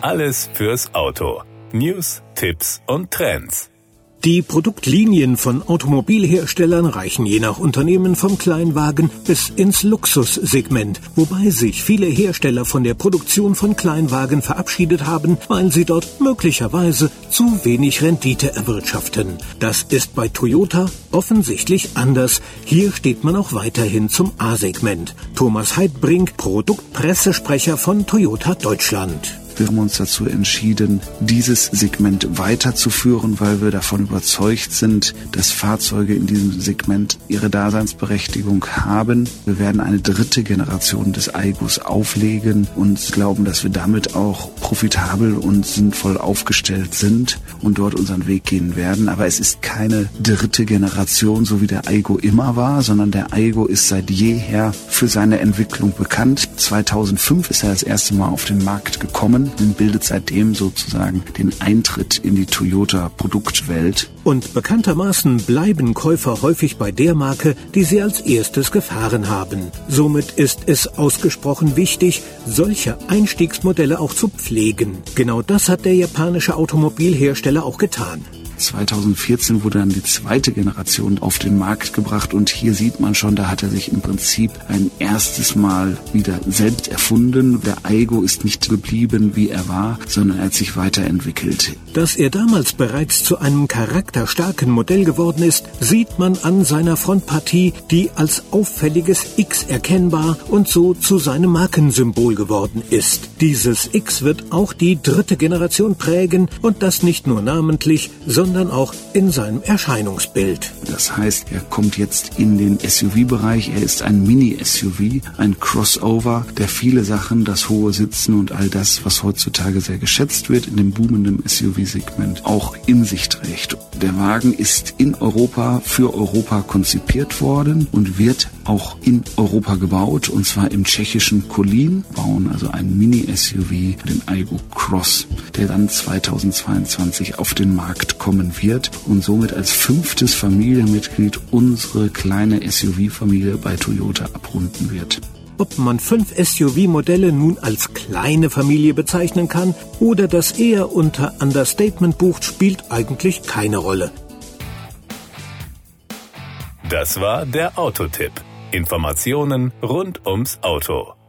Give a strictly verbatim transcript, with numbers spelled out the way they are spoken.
Alles fürs Auto. News, Tipps und Trends. Die Produktlinien von Automobilherstellern reichen je nach Unternehmen vom Kleinwagen bis ins Luxussegment, wobei sich viele Hersteller von der Produktion von Kleinwagen verabschiedet haben, weil sie dort möglicherweise zu wenig Rendite erwirtschaften. Das ist bei Toyota offensichtlich anders. Hier steht man auch weiterhin zum A-Segment. Thomas Heidbrink, Produktpressesprecher von Toyota Deutschland. Wir haben uns dazu entschieden, dieses Segment weiterzuführen, weil wir davon überzeugt sind, dass Fahrzeuge in diesem Segment ihre Daseinsberechtigung haben. Wir werden eine dritte Generation des Aigos auflegen und glauben, dass wir damit auch profitabel und sinnvoll aufgestellt sind und dort unseren Weg gehen werden. Aber es ist keine dritte Generation, so wie der Aigo immer war, sondern der Aigo ist seit jeher für seine Entwicklung bekannt. zweitausendfünf ist er das erste Mal auf den Markt gekommen und bildet seitdem sozusagen den Eintritt in die Toyota-Produktwelt. Und bekanntermaßen bleiben Käufer häufig bei der Marke, die sie als erstes gefahren haben. Somit ist es ausgesprochen wichtig, solche Einstiegsmodelle auch zu pflegen. Genau das hat der japanische Automobilhersteller auch getan. zweitausendvierzehn wurde dann die zweite Generation auf den Markt gebracht und hier sieht man schon, da hat er sich im Prinzip ein erstes Mal wieder selbst erfunden. Der Aigo ist nicht geblieben, wie er war, sondern er hat sich weiterentwickelt. Dass er damals bereits zu einem charakterstarken Modell geworden ist, sieht man an seiner Frontpartie, die als auffälliges X erkennbar und so zu seinem Markensymbol geworden ist. Dieses X wird auch die dritte Generation prägen und das nicht nur namentlich, sondern sondern auch in seinem Erscheinungsbild. Das heißt, er kommt jetzt in den S U V-Bereich. Er ist ein Mini-S U V, ein Crossover, der viele Sachen, das hohe Sitzen und all das, was heutzutage sehr geschätzt wird in dem boomenden S U V-Segment, auch in sich trägt. Der Wagen ist in Europa für Europa konzipiert worden und wird auch in Europa gebaut, und zwar im tschechischen Kolín. Bauen also ein Mini-S U V, den Aigo Cross, der dann zweitausendzweiundzwanzig auf den Markt kommt wird und somit als fünftes Familienmitglied unsere kleine S U V-Familie bei Toyota abrunden wird. Ob man fünf S U V-Modelle nun als kleine Familie bezeichnen kann oder das eher unter Understatement bucht, spielt eigentlich keine Rolle. Das war der Autotipp. Informationen rund ums Auto.